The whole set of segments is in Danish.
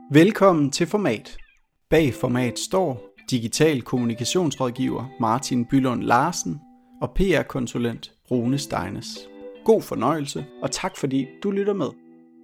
Velkommen til Format. Bag Format står digital kommunikationsrådgiver Martin Bylund Larsen og PR-konsulent Rune Steines. God fornøjelse, og tak fordi du lytter med.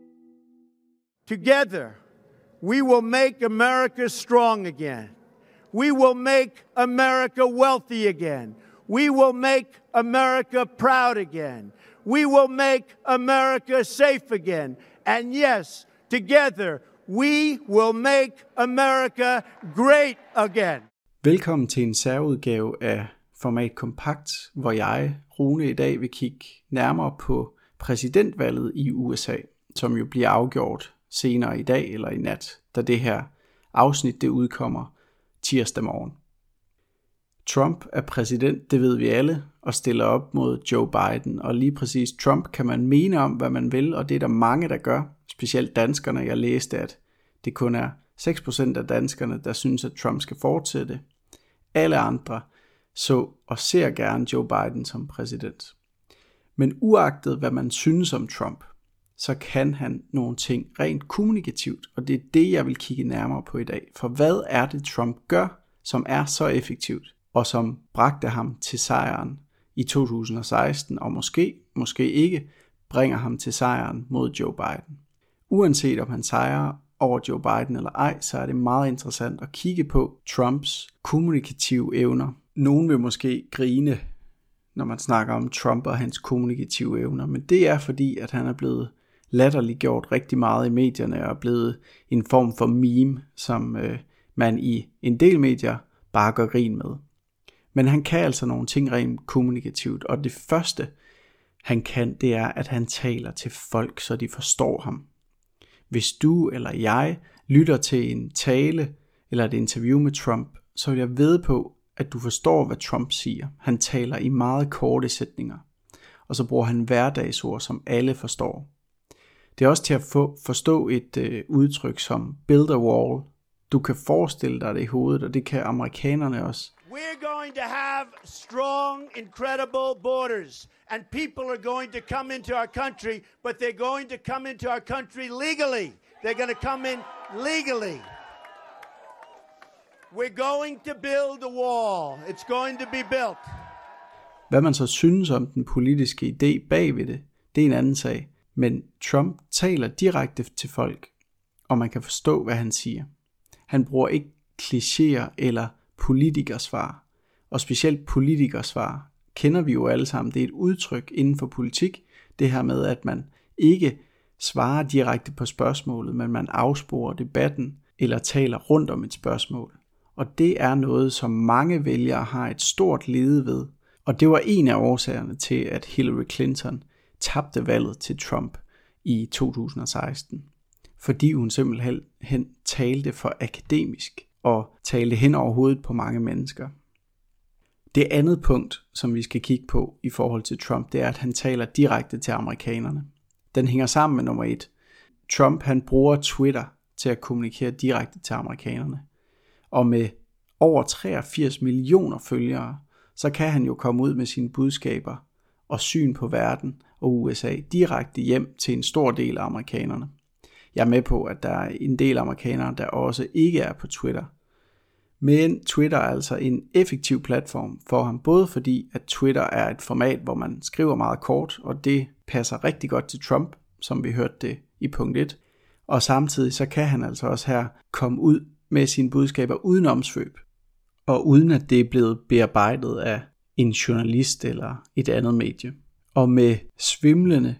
Together, we will make America strong again. We will make America wealthy again. We will make America proud again. We will make America safe again. And yes, together, we will make America great again. Velkommen til en særudgave af Format Kompakt, hvor jeg, Rune, i dag vil kigge nærmere på præsidentvalget i USA, som jo bliver afgjort senere i dag eller i nat, da det her afsnit det udkommer tirsdag morgen. Trump er præsident, det ved vi alle, og stiller op mod Joe Biden, og lige præcis Trump kan man mene om, hvad man vil, og det er der mange, der gør, specielt danskerne. Jeg læste, at det kun er 6% af danskerne, der synes, at Trump skal fortsætte. Alle andre så og ser gerne Joe Biden som præsident. Men uagtet hvad man synes om Trump, så kan han nogle ting rent kommunikativt, og det er det, jeg vil kigge nærmere på i dag. For hvad er det, Trump gør, som er så effektivt, og som bragte ham til sejren i 2016, og måske ikke, bringer ham til sejren mod Joe Biden. Uanset om han sejrer over Joe Biden eller ej, så er det meget interessant at kigge på Trumps kommunikative evner. Nogen vil måske grine, når man snakker om Trump og hans kommunikative evner, men det er fordi, at han er blevet latterliggjort rigtig meget i medierne og er blevet en form for meme, som man i en del medier bare gør grin med. Men han kan altså nogle ting rent kommunikativt, og det første han kan, det er, at han taler til folk, så de forstår ham. Hvis du eller jeg lytter til en tale eller et interview med Trump, så vil jeg vædde på, at du forstår, hvad Trump siger. Han taler i meget korte sætninger, og så bruger han hverdagsord, som alle forstår. Det er også til at forstå et udtryk som build a wall. Du kan forestille dig det i hovedet, og det kan amerikanerne også. We're going to have strong, incredible borders, and people are going to come into our country, but they're going to come into our country legally. They're going to come in legally. We're going to build a wall. It's going to be built. Hvad man så synes om den politiske idé bagved det er en anden sag. Men Trump taler direkte til folk, og man kan forstå, hvad han siger. Han bruger ikke klichéer eller politikersvar, og specielt politikersvar kender vi jo alle sammen. Det er et udtryk inden for politik, det her med, at man ikke svarer direkte på spørgsmålet, men man afsporer debatten eller taler rundt om et spørgsmål. Og det er noget, som mange vælgere har et stort lede ved, og det var en af årsagerne til, at Hillary Clinton tabte valget til Trump i 2016, fordi hun simpelthen talte for akademisk og talte hen over hovedet på mange mennesker. Det andet punkt, som vi skal kigge på i forhold til Trump, det er, at han taler direkte til amerikanerne. Den hænger sammen med nummer 1. Trump han bruger Twitter til at kommunikere direkte til amerikanerne. Og med over 83 millioner følgere, så kan han jo komme ud med sine budskaber og syn på verden og USA direkte hjem til en stor del af amerikanerne. Jeg er med på, at der er en del amerikanere, der også ikke er på Twitter. Men Twitter er altså en effektiv platform for ham, både fordi, at Twitter er et format, hvor man skriver meget kort, og det passer rigtig godt til Trump, som vi hørte det i punkt 1. Og samtidig så kan han altså også her komme ud med sine budskaber uden omsvøb, og uden at det er blevet bearbejdet af en journalist eller et andet medie. Og med svimlende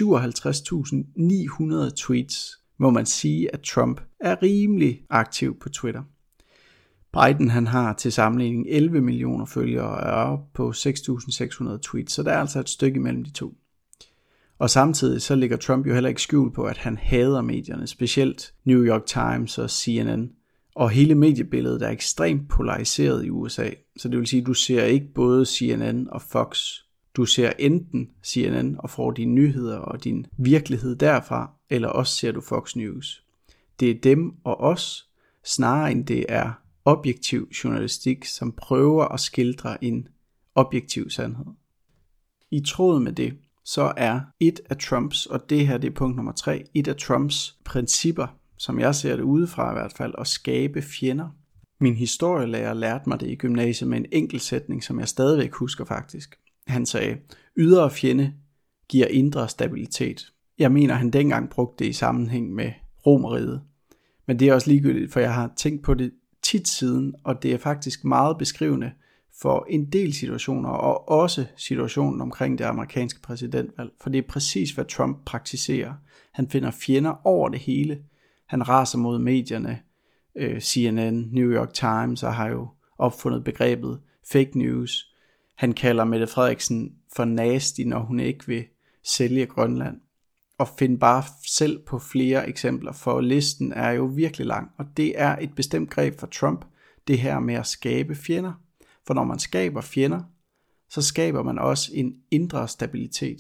57.900 tweets, må man sige, at Trump er rimelig aktiv på Twitter. Biden han har til sammenligning 11 millioner følgere og er oppe på 6.600 tweets, så der er altså et stykke imellem de to. Og samtidig så ligger Trump jo heller ikke skjul på, at han hader medierne, specielt New York Times og CNN. Og hele mediebilledet er ekstremt polariseret i USA, så det vil sige, at du ser ikke både CNN og Fox. Du ser enten CNN og får dine nyheder og din virkelighed derfra, eller også ser du Fox News. Det er dem og os, snarere end det er objektiv journalistik, som prøver at skildre en objektiv sandhed. I tråd med det, så er et af Trumps, og det her det er punkt nummer 3, et af Trumps principper, som jeg ser det udefra i hvert fald, at skabe fjender. Min historielærer lærte mig det i gymnasiet med en enkelt sætning, som jeg stadigvæk husker faktisk. Han sagde, ydre fjende giver indre stabilitet. Jeg mener, han dengang brugte det i sammenhæng med Romerriget. Men det er også ligegyldigt, for jeg har tænkt på det tit siden, og det er faktisk meget beskrivende for en del situationer, og også situationen omkring det amerikanske præsidentvalg. For det er præcis, hvad Trump praktiserer. Han finder fjender over det hele. Han raser mod medierne. CNN, New York Times har jo opfundet begrebet fake news. Han kalder Mette Frederiksen for nasty, når hun ikke vil sælge Grønland. Og find bare selv på flere eksempler, for listen er jo virkelig lang. Og det er et bestemt greb for Trump, det her med at skabe fjender. For når man skaber fjender, så skaber man også en indre stabilitet.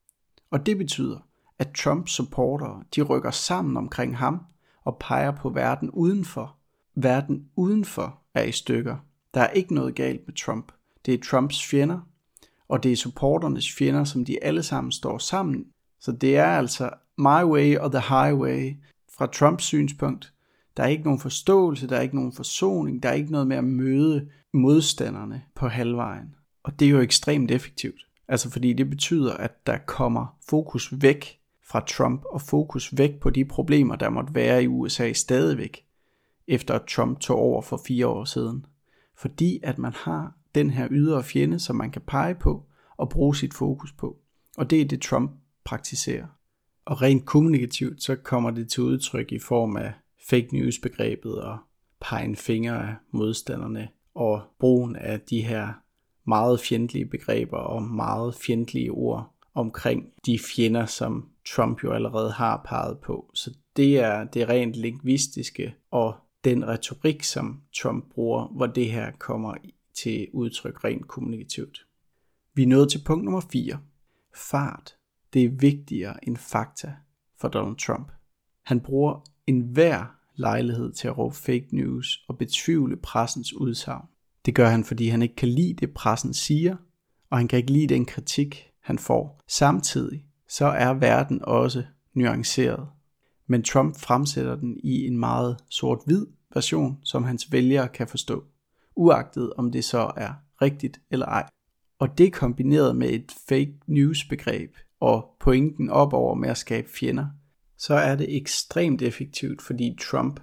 Og det betyder, at Trumps supportere, de rykker sammen omkring ham og peger på verden udenfor. Verden udenfor er i stykker. Der er ikke noget galt med Trump. Det er Trumps fjender, og det er supporternes fjender, som de alle sammen står sammen. Så det er altså my way or the highway fra Trumps synspunkt. Der er ikke nogen forståelse, der er ikke nogen forsoning, der er ikke noget med at møde modstanderne på halvvejen. Og det er jo ekstremt effektivt. Altså fordi det betyder, at der kommer fokus væk fra Trump og fokus væk på de problemer, der måtte være i USA stadigvæk, efter at Trump tog over for 4 år siden. Fordi at man har den her ydre fjende, som man kan pege på og bruge sit fokus på. Og det er det, Trump praktiserer. Og rent kommunikativt, så kommer det til udtryk i form af fake news begrebet og pegen fingre af modstanderne og brugen af de her meget fjendtlige begreber og meget fjendtlige ord omkring de fjender, som Trump jo allerede har peget på. Så det er det rent lingvistiske og den retorik, som Trump bruger, hvor det her kommer til udtryk rent kommunikativt. Vi er nået til punkt nummer 4. Fart. Det er vigtigere end fakta for Donald Trump. Han bruger enhver lejlighed til at råbe fake news og betvivle pressens udsagn. Det gør han, fordi han ikke kan lide det, pressen siger, og han kan ikke lide den kritik, han får. Samtidig så er verden også nuanceret. Men Trump fremsætter den i en meget sort-hvid version, som hans vælgere kan forstå, uagtet om det så er rigtigt eller ej. Og det kombineret med et fake news begreb og pointen op over med at skabe fjender, så er det ekstremt effektivt, fordi Trump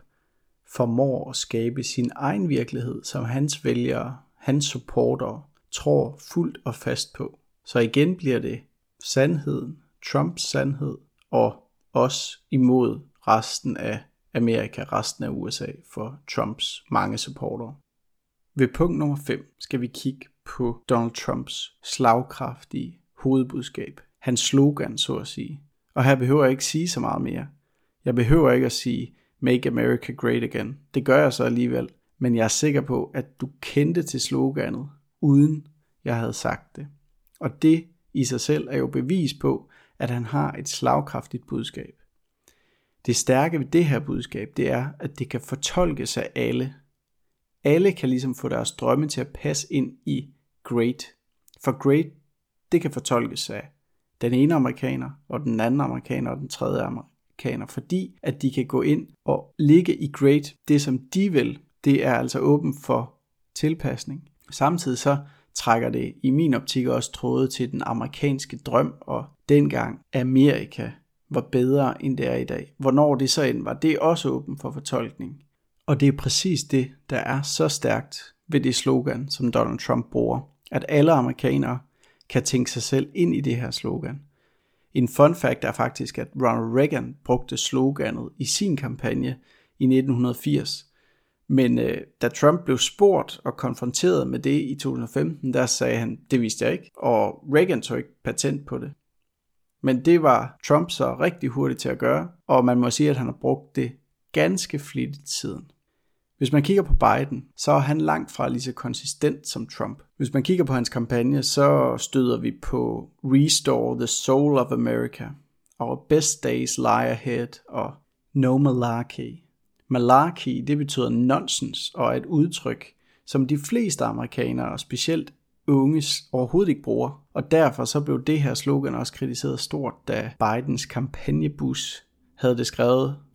formår at skabe sin egen virkelighed, som hans vælgere, hans supportere, tror fuldt og fast på. Så igen bliver det sandheden, Trumps sandhed, og os imod resten af Amerika, resten af USA for Trumps mange supportere. Ved punkt nummer 5 skal vi kigge på Donald Trumps slagkraftige hovedbudskab. Hans slogan, så at sige. Og her behøver jeg ikke sige så meget mere. Jeg behøver ikke at sige, Make America Great Again. Det gør jeg så alligevel. Men jeg er sikker på, at du kendte til sloganet, uden jeg havde sagt det. Og det i sig selv er jo bevis på, at han har et slagkraftigt budskab. Det stærke ved det her budskab, det er, at det kan fortolkes af alle. Alle kan ligesom få deres drømme til at passe ind i great. For great, det kan fortolkes af den ene amerikaner, og den anden amerikaner, og den tredje amerikaner, fordi at de kan gå ind og ligge i great. Det som de vil, det er altså åbent for tilpasning. Samtidig så trækker det i min optik også tråde til den amerikanske drøm, og dengang Amerika var bedre end det er i dag. Hvornår det så end var, det er også åbent for fortolkning. Og det er præcis det, der er så stærkt ved det slogan, som Donald Trump bruger, at alle amerikanere kan tænke sig selv ind i det her slogan. En fun fact er faktisk, at Ronald Reagan brugte sloganet i sin kampagne i 1980. Men da Trump blev spurgt og konfronteret med det i 2015, der sagde han, det vidste jeg ikke, og Reagan tog ikke patent på det. Men det var Trump så rigtig hurtigt til at gøre, og man må sige, at han har brugt det ganske flittigt siden. Hvis man kigger på Biden, så er han langt fra lige så konsistent som Trump. Hvis man kigger på hans kampagne, så støder vi på Restore the Soul of America, Our Best Days Lie Ahead og No Malarkey. Malarkey, det betyder nonsens og er et udtryk, som de fleste amerikanere, og specielt unges, overhovedet ikke bruger. Og derfor så blev det her slogan også kritiseret stort, da Bidens kampagnebus havde det skrevet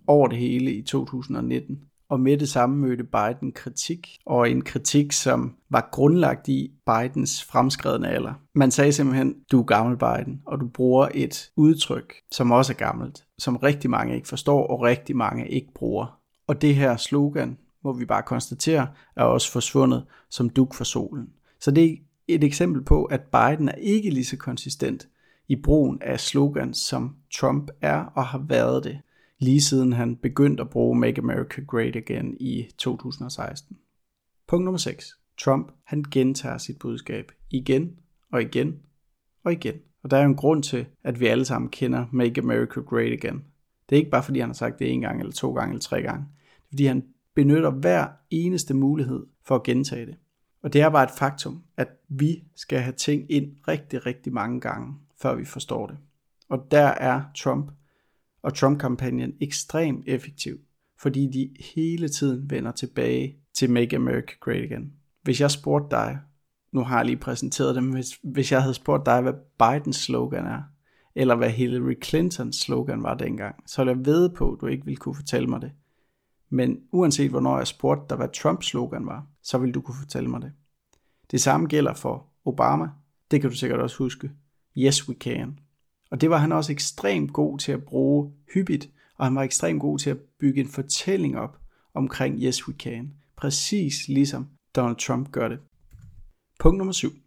over det hele i 2019. Og med det samme mødte Biden kritik, og en kritik, som var grundlagt i Bidens fremskredne alder. Man sagde simpelthen, du er gammel Biden, og du bruger et udtryk, som også er gammelt, som rigtig mange ikke forstår, og rigtig mange ikke bruger. Og det her slogan, må vi bare konstatere, er også forsvundet som dug for solen. Så det er et eksempel på, at Biden er ikke lige så konsistent i brugen af slogans, som Trump er og har været det, lige siden han begyndte at bruge Make America Great Again i 2016. Punkt nummer 6. Trump, han gentager sit budskab igen og igen og igen. Og der er jo en grund til, at vi alle sammen kender Make America Great Again. Det er ikke bare fordi han har sagt det 1 gang eller 2 gange eller 3 gange. Det er fordi han benytter hver eneste mulighed for at gentage det. Og det er bare et faktum, at vi skal have ting ind rigtig, rigtig mange gange, før vi forstår det. Og der er Trump og Trump-kampagnen ekstremt effektiv, fordi de hele tiden vender tilbage til Make America Great Again. Hvis jeg spurgte dig, nu har jeg lige præsenteret dem, hvis jeg havde spurgt dig, hvad Bidens slogan er, eller hvad Hillary Clintons slogan var dengang, så ville jeg vide på, at du ikke ville kunne fortælle mig det. Men uanset hvornår jeg spurgte dig, hvad Trumps slogan var, så ville du kunne fortælle mig det. Det samme gælder for Obama. Det kan du sikkert også huske. Yes, we can. Og det var han også ekstremt god til at bruge hyppigt, og han var ekstremt god til at bygge en fortælling op omkring Yes, we can. Præcis ligesom Donald Trump gør det. Punkt nummer 7.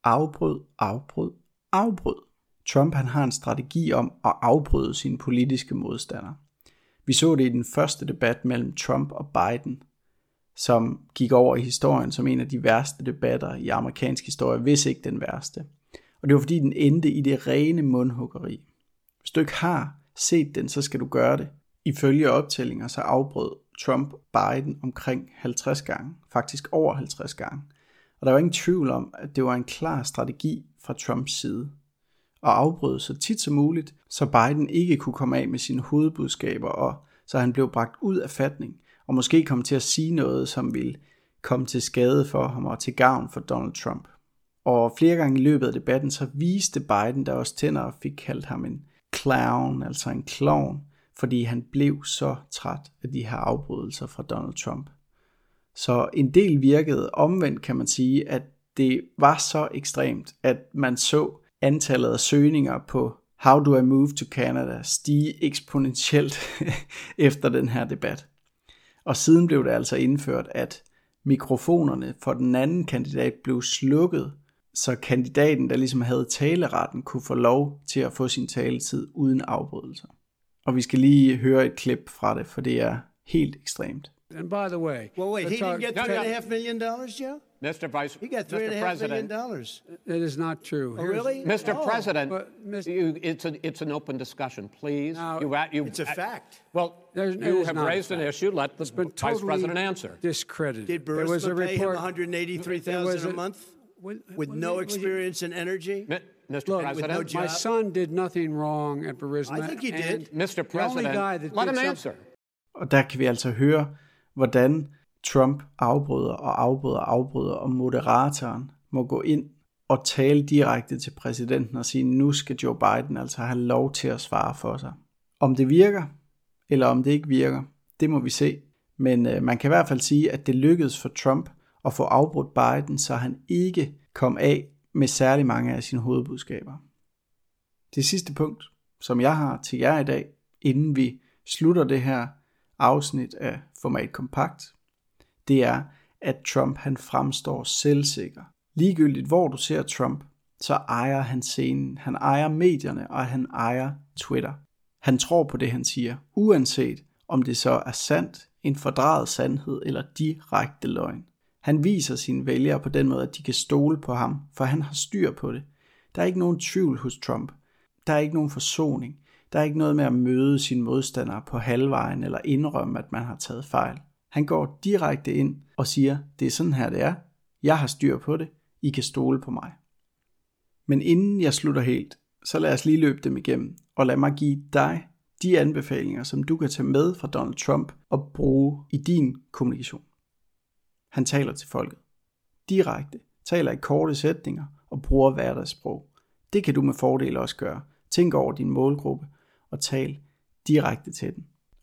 Afbryd. Trump han har en strategi om at afbryde sine politiske modstandere. Vi så det i den første debat mellem Trump og Biden, som gik over i historien som en af de værste debatter i amerikansk historie, hvis ikke den værste. Og det var fordi den endte i det rene mundhuggeri. Hvis du ikke har set den, så skal du gøre det. Ifølge optællinger så afbrød Trump Biden omkring 50 gange, faktisk over 50 gange. Og der var ingen tvivl om, at det var en klar strategi fra Trumps side. Og afbryde så tit som muligt, så Biden ikke kunne komme af med sine hovedbudskaber, og så han blev bragt ud af fatning, og måske kom til at sige noget, som ville komme til skade for ham og til gavn for Donald Trump. Og flere gange i løbet af debatten, så viste Biden der også tænder og fik kaldt ham en clown, altså en klovn, fordi han blev så træt af de her afbrydelser fra Donald Trump. Så en del virkede omvendt, kan man sige, at det var så ekstremt, at man så antallet af søgninger på How do I move to Canada stige eksponentielt efter den her debat. Og siden blev det altså indført, at mikrofonerne for den anden kandidat blev slukket, så kandidaten, der ligesom havde taleretten, kunne få lov til at få sin taletid uden afbrydelser. Og vi skal lige høre et klip fra det, for det er helt ekstremt. And by the way, he didn't get $3.5 million, Joe? Mr. Vice, He got $3.5 million. That is not true. Oh, really? Mr. President, But, it's an open discussion, please. Now, It's a fact. Well, It you is have not a raised an fact. issue. Let the It's been Vice totally President answer. discredited. Did There was a Burisma pay him report. $183,000 a month with no experience in energy? Mr. Look, President, with no My job? son did nothing wrong at Burisma. I think he did. and Mr. the only President, guy that let did him something- answer. Og der kan vi altså høre, hvordan Trump afbryder, og moderatoren må gå ind og tale direkte til præsidenten og sige, nu skal Joe Biden altså have lov til at svare for sig. Om det virker, eller om det ikke virker, det må vi se. Men man kan i hvert fald sige, at det lykkedes for Trump at få afbrudt Biden, så han ikke kom af med særlig mange af sine hovedbudskaber. Det sidste punkt, som jeg har til jer i dag, inden vi slutter det her afsnit af Format Kompakt, det er, at Trump han fremstår selvsikker. Ligegyldigt hvor du ser Trump, så ejer han scenen, han ejer medierne, og han ejer Twitter. Han tror på det han siger, uanset om det så er sandt, en fordrejet sandhed eller direkte løgn. Han viser sine vælgere på den måde, at de kan stole på ham, for han har styr på det. Der er ikke nogen tvivl hos Trump. Der er ikke nogen forsoning. Der er ikke noget med at møde sine modstandere på halvvejen eller indrømme, at man har taget fejl. Han går direkte ind og siger, det er sådan her det er. Jeg har styr på det. I kan stole på mig. Men inden jeg slutter helt, så lad os lige løbe dem igennem, og lad mig give dig de anbefalinger, som du kan tage med fra Donald Trump og bruge i din kommunikation. Han taler til folket. Direkte. Taler i korte sætninger og bruger hverdagssprog. Det kan du med fordel også gøre. Tænk over din målgruppe og tal direkte til den.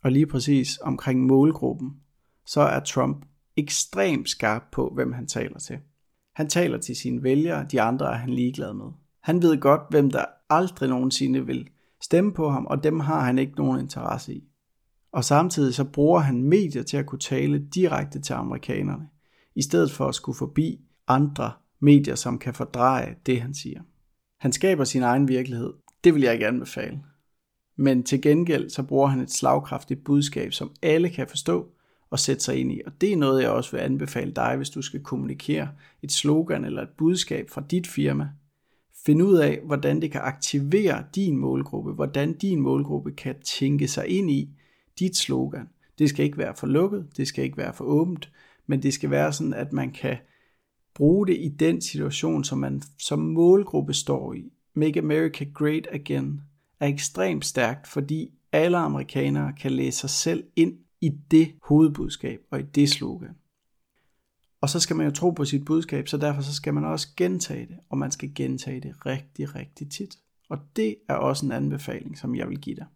Og lige præcis omkring målgruppen, så er Trump ekstremt skarp på, hvem han taler til. Han taler til sine vælgere, de andre er han ligeglad med. Han ved godt, hvem der aldrig nogensinde vil stemme på ham, og dem har han ikke nogen interesse i. Og samtidig så bruger han medier til at kunne tale direkte til amerikanerne, i stedet for at skulle forbi andre medier, som kan fordreje det, han siger. Han skaber sin egen virkelighed. Det vil jeg ikke anbefale. Men til gengæld så bruger han et slagkraftigt budskab, som alle kan forstå og sætte sig ind i. Og det er noget, jeg også vil anbefale dig, hvis du skal kommunikere et slogan eller et budskab fra dit firma. Find ud af, hvordan det kan aktivere din målgruppe, hvordan din målgruppe kan tænke sig ind i dit slogan. Det skal ikke være for lukket, det skal ikke være for åbent, men det skal være sådan, at man kan bruge det i den situation, som man som målgruppe står i. Make America Great Again er ekstremt stærkt, fordi alle amerikanere kan læse sig selv ind i det hovedbudskab og i det slogan. Og så skal man jo tro på sit budskab, så derfor så skal man også gentage det, og man skal gentage det rigtig, rigtig tit. Og det er også en anbefaling, som jeg vil give dig.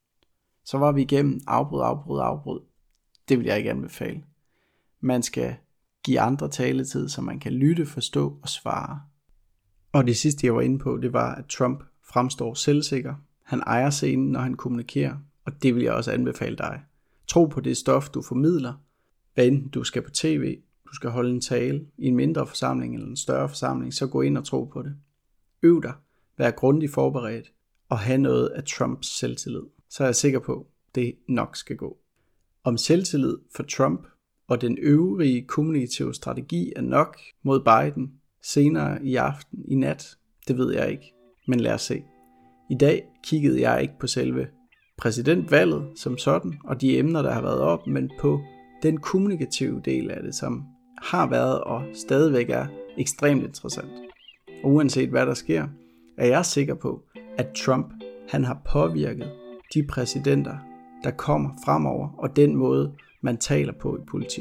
Så var vi igennem afbrud. Det vil jeg ikke anbefale. Man skal give andre taletid, så man kan lytte, forstå og svare. Og det sidste, jeg var inde på, det var, at Trump fremstår selvsikker. Han ejer scenen, når han kommunikerer, og det vil jeg også anbefale dig. Tro på det stof, du formidler. Hvad enten du skal på tv, du skal holde en tale i en mindre forsamling eller en større forsamling, så gå ind og tro på det. Øv dig, vær grundigt forberedt og have noget af Trumps selvtillid. Så er jeg sikker på, at det nok skal gå. Om selvtillid for Trump og den øvrige kommunikative strategi er nok mod Biden senere i aften, i nat, det ved jeg ikke, men lad os se. I dag kiggede jeg ikke på selve præsidentvalget som sådan, og de emner, der har været op, men på den kommunikative del af det, som har været og stadigvæk er ekstremt interessant. Og uanset hvad der sker, er jeg sikker på, at Trump, han har påvirket de præsidenter, der kommer fremover, og den måde, man taler på i politik.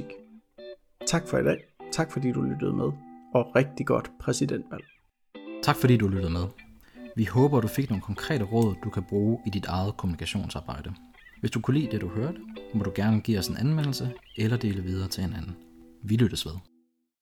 Tak for i dag. Tak fordi du lyttede med, og rigtig godt præsidentvalg. Tak fordi du lyttede med. Vi håber, du fik nogle konkrete råd, du kan bruge i dit eget kommunikationsarbejde. Hvis du kunne lide det, du hørte, må du gerne give os en anmeldelse eller dele videre til en anden. Vi lyttes ved.